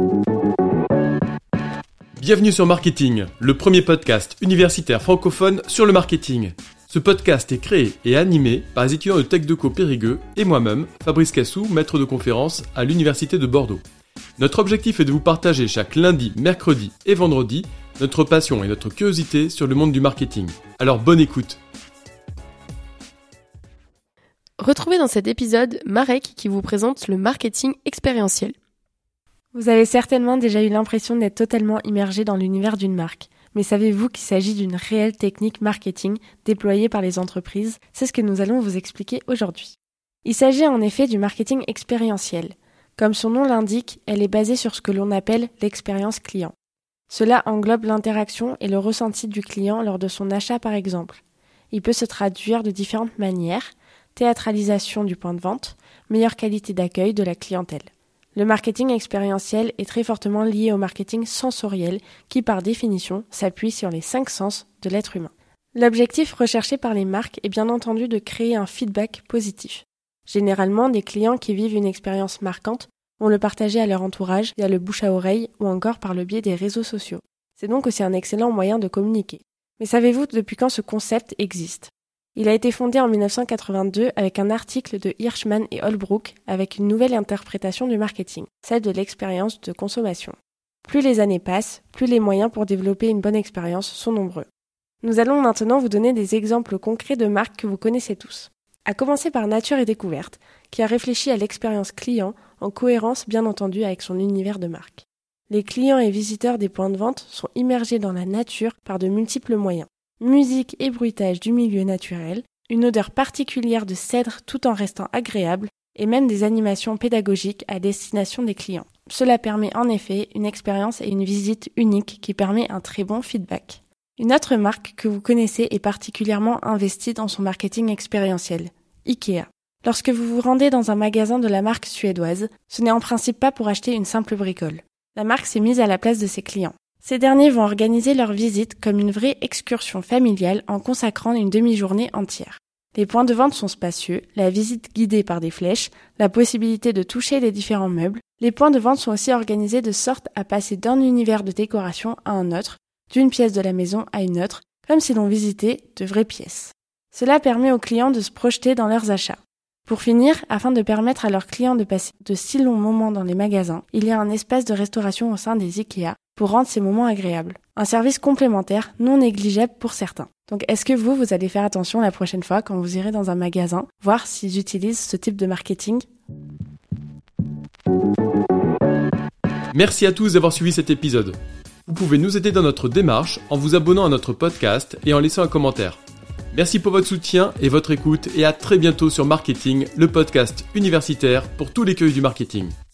Bienvenue sur Marketing, le premier podcast universitaire francophone sur le marketing. Ce podcast est créé et animé par les étudiants de TechDeco Périgueux et moi-même, Fabrice Cassou, maître de conférence à l'Université de Bordeaux. Notre objectif est de vous partager chaque lundi, mercredi et vendredi notre passion et notre curiosité sur le monde du marketing. Alors bonne écoute. Retrouvez dans cet épisode Marek qui vous présente le marketing expérientiel. Vous avez certainement déjà eu l'impression d'être totalement immergé dans l'univers d'une marque. Mais savez-vous qu'il s'agit d'une réelle technique marketing déployée par les entreprises ? C'est ce que nous allons vous expliquer aujourd'hui. Il s'agit en effet du marketing expérientiel. Comme son nom l'indique, elle est basée sur ce que l'on appelle l'expérience client. Cela englobe l'interaction et le ressenti du client lors de son achat par exemple. Il peut se traduire de différentes manières, théâtralisation du point de vente, meilleure qualité d'accueil de la clientèle. Le marketing expérientiel est très fortement lié au marketing sensoriel qui, par définition, s'appuie sur les 5 sens de l'être humain. L'objectif recherché par les marques est bien entendu de créer un feedback positif. Généralement, des clients qui vivent une expérience marquante vont le partager à leur entourage via le bouche à oreille ou encore par le biais des réseaux sociaux. C'est donc aussi un excellent moyen de communiquer. Mais savez-vous depuis quand ce concept existe ? Il a été fondé en 1982 avec un article de Hirschman et Holbrook avec une nouvelle interprétation du marketing, celle de l'expérience de consommation. Plus les années passent, plus les moyens pour développer une bonne expérience sont nombreux. Nous allons maintenant vous donner des exemples concrets de marques que vous connaissez tous. À commencer par Nature et Découverte, qui a réfléchi à l'expérience client en cohérence bien entendu avec son univers de marque. Les clients et visiteurs des points de vente sont immergés dans la nature par de multiples moyens. Musique et bruitage du milieu naturel, une odeur particulière de cèdre tout en restant agréable, et même des animations pédagogiques à destination des clients. Cela permet en effet une expérience et une visite unique qui permet un très bon feedback. Une autre marque que vous connaissez est particulièrement investie dans son marketing expérientiel, IKEA. Lorsque vous vous rendez dans un magasin de la marque suédoise, ce n'est en principe pas pour acheter une simple bricole. La marque s'est mise à la place de ses clients. Ces derniers vont organiser leur visite comme une vraie excursion familiale en consacrant une demi-journée entière. Les points de vente sont spacieux, la visite guidée par des flèches, la possibilité de toucher les différents meubles. Les points de vente sont aussi organisés de sorte à passer d'un univers de décoration à un autre, d'une pièce de la maison à une autre, comme si l'on visitait de vraies pièces. Cela permet aux clients de se projeter dans leurs achats. Pour finir, afin de permettre à leurs clients de passer de si longs moments dans les magasins, il y a un espace de restauration au sein des IKEA pour rendre ces moments agréables. Un service complémentaire non négligeable pour certains. Donc est-ce que vous allez faire attention la prochaine fois quand vous irez dans un magasin, voir s'ils utilisent ce type de marketing ? Merci à tous d'avoir suivi cet épisode. Vous pouvez nous aider dans notre démarche en vous abonnant à notre podcast et en laissant un commentaire. Merci pour votre soutien et votre écoute et à très bientôt sur Marketing, le podcast universitaire pour tous les curieux du marketing.